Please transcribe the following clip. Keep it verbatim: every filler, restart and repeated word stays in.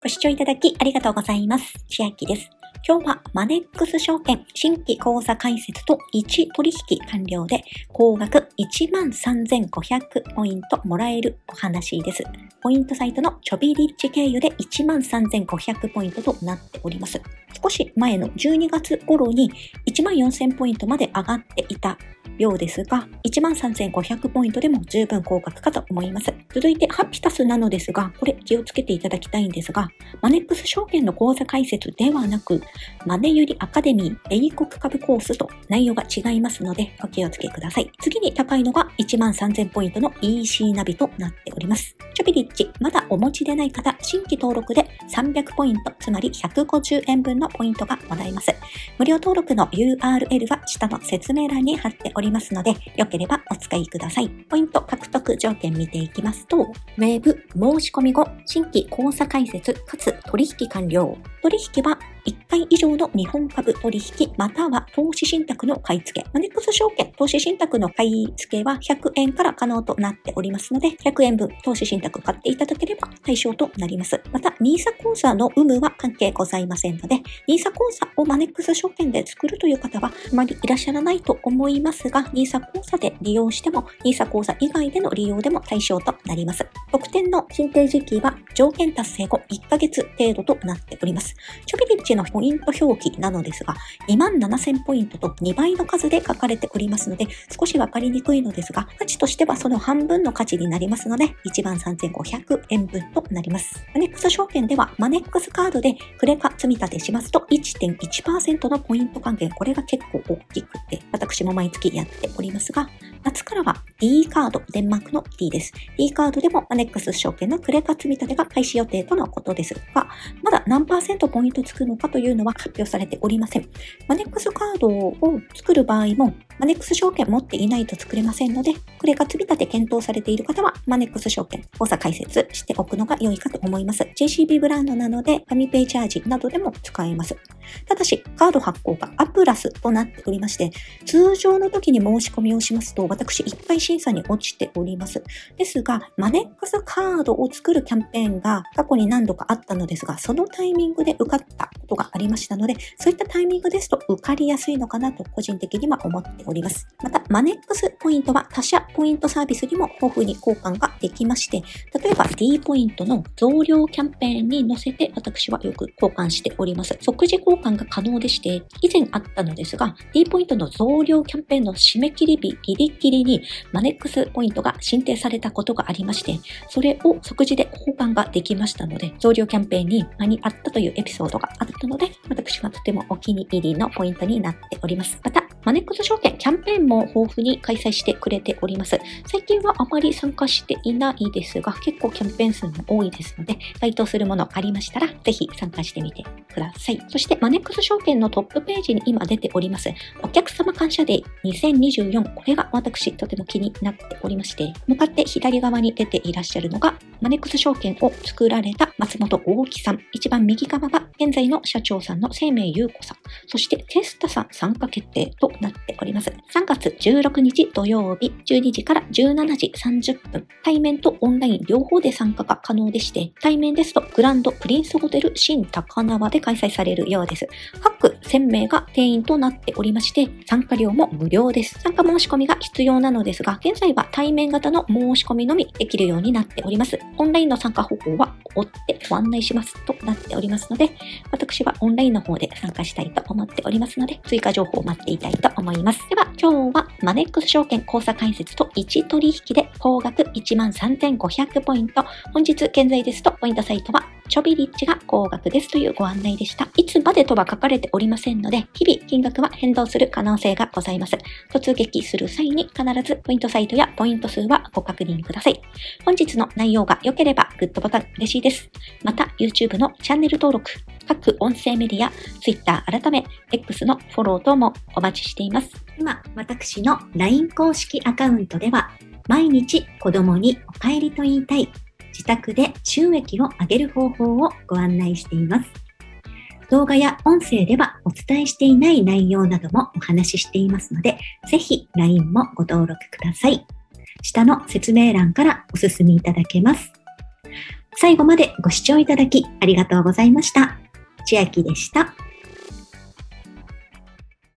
ご視聴いただきありがとうございます。千秋です。今日はマネックス証券新規口座開設といち取引完了で高額 いちまんさんぜんごひゃく ポイントもらえるお話です。ポイントサイトのちょびリッチ経由で いちまんさんぜんごひゃく ポイントとなっております。少し前のじゅうにがつ頃にいちまんよんせんポイントまで上がっていたようですが、いちまんさんぜんごひゃくポイントでも十分高額かと思います。続いてハピタスなのですが、これ気をつけていただきたいんですが、マネックス証券の口座開設ではなく、マネユリアカデミー米国株コースと内容が違いますのでお気をつけください。次に高いのがいちまんさんぜんポイントの イーシー ナビとなっております。ちょびリッチ、まだお持ちでない方、新規登録でさんびゃくポイント、つまりひゃくごじゅうえんぶんのポイントがもらえます。無料登録の ユーアールエル は下の説明欄に貼っておりますので、よければお使いください。ポイント獲得条件見ていきますと、ウェブ申し込み後、新規口座開設かつ取引完了。取引はいっかい以上の日本株取引または投資信託の買い付け。マネックス証券投資信託の買い付けはひゃくえんから可能となっておりますので、ひゃくえんぶん投資信託買っていただければ対象となります。また、ニーサ 口座の有無は関係ございませんので、ニーサ 口座をマネックス証券で作るという方はあまりいらっしゃらないと思いますが、ニーサ 口座で利用しても、ニーサ 口座以外での利用でも対象となります。特典の申請時期は条件達成後いっかげつ程度となっております。ちょびリッチのポイント表記なのですが、にまんななせんポイントとにばいの数で書かれておりますので、少しわかりにくいのですが、価値としてはその半分の価値になりますので、いちまんさんぜんごひゃくえんぶんとなります。マネックス証券では、マネックスカードでクレカ積み立てしますと いってんいちパーセント のポイント還元、これが結構大きくて、私も毎月やっておりますが、夏からは D カード、デンマークの D です。D カードでもマネックス証券のクレカ積み立てが開始予定とのことですが、まだ何パーセントポイントつくのかというのは発表されておりません。マネックスカードを作る場合も、マネックス証券持っていないと作れませんので、クレカ積み立て検討されている方は、マネックス証券、口座開設しておくのが良いかと思います。ジェーシービー ブランドなので、ファミペイチャージなどでも使えます。ただし、カード発行がアプラスとなっておりまして、通常の時に申し込みをしますと、私いっかい審査に落ちております。ですが、マネックスカードを作るキャンペーンが過去に何度かあったのですが、そのタイミングで受かったことがありましたので、そういったタイミングですと受かりやすいのかなと個人的には思っております。また、マネックスポイントは他社ポイントサービスにも豊富に交換ができまして、例えば D ポイントの増量キャンペーンに乗せて私はよく交換しております。即時交換が可能でして、以前あったのですが、D ポイントの増量キャンペーンの締め切り日ギリギリにマネックスポイントが申請されたことがありまして、それを即時で交換ができましたので、増量キャンペーンに間に合ったというエピソードがあったので、私はとてもお気に入りのポイントになっております。また、マネックス証券キャンペーンも豊富に開催してくれております。最近はあまり参加していないですが、結構キャンペーン数も多いですので、該当するものありましたら、ぜひ参加してみてください。そして、マネックス証券のトップページに今出ております、お客様感謝デーにせんにじゅうよん、これが私とても気になっておりまして、向かって左側に出ていらっしゃるのが、マネックス証券を作られた松本大木さん、一番右側が現在の社長さんの生命優子さん、そしてテスタさん参加決定となっております。さんがつじゅうろくにち土曜日じゅうにじからじゅうしちじさんじゅっぷん、対面とオンライン両方で参加が可能でして、対面ですとグランドプリンスホテル新高輪で開催されるようです。各せんめいが定員となっておりまして、参加料も無料です。参加申し込みが必要なのですが、現在は対面型の申し込みのみできるようになっております。オンラインの参加方法は追ってご案内しますとなっておりますので、私はオンラインの方で参加したいと思っておりますので、追加情報を待っていたいと思います。では、今日はマネックス証券口座開設といち取引で高額 いちまんさんぜんごひゃく ポイント。本日現在ですとポイントサイトはちょびリッチが高額ですというご案内でした。いつまでとは書かれておりませんので、日々金額は変動する可能性がございます。突撃する際に必ずポイントサイトやポイント数はご確認ください。本日の内容が良ければグッドボタン嬉しいです。また YouTube のチャンネル登録、各音声メディア、Twitter 改め X のフォロー等もお待ちしています。今、私の ライン 公式アカウントでは、毎日子供にお帰りと言いたい、自宅で収益を上げる方法をご案内しています。動画や音声ではお伝えしていない内容などもお話ししていますので、ぜひ ライン もご登録ください。下の説明欄からお進みいただけます。 最後までご視聴いただきありがとうございました。千秋でした。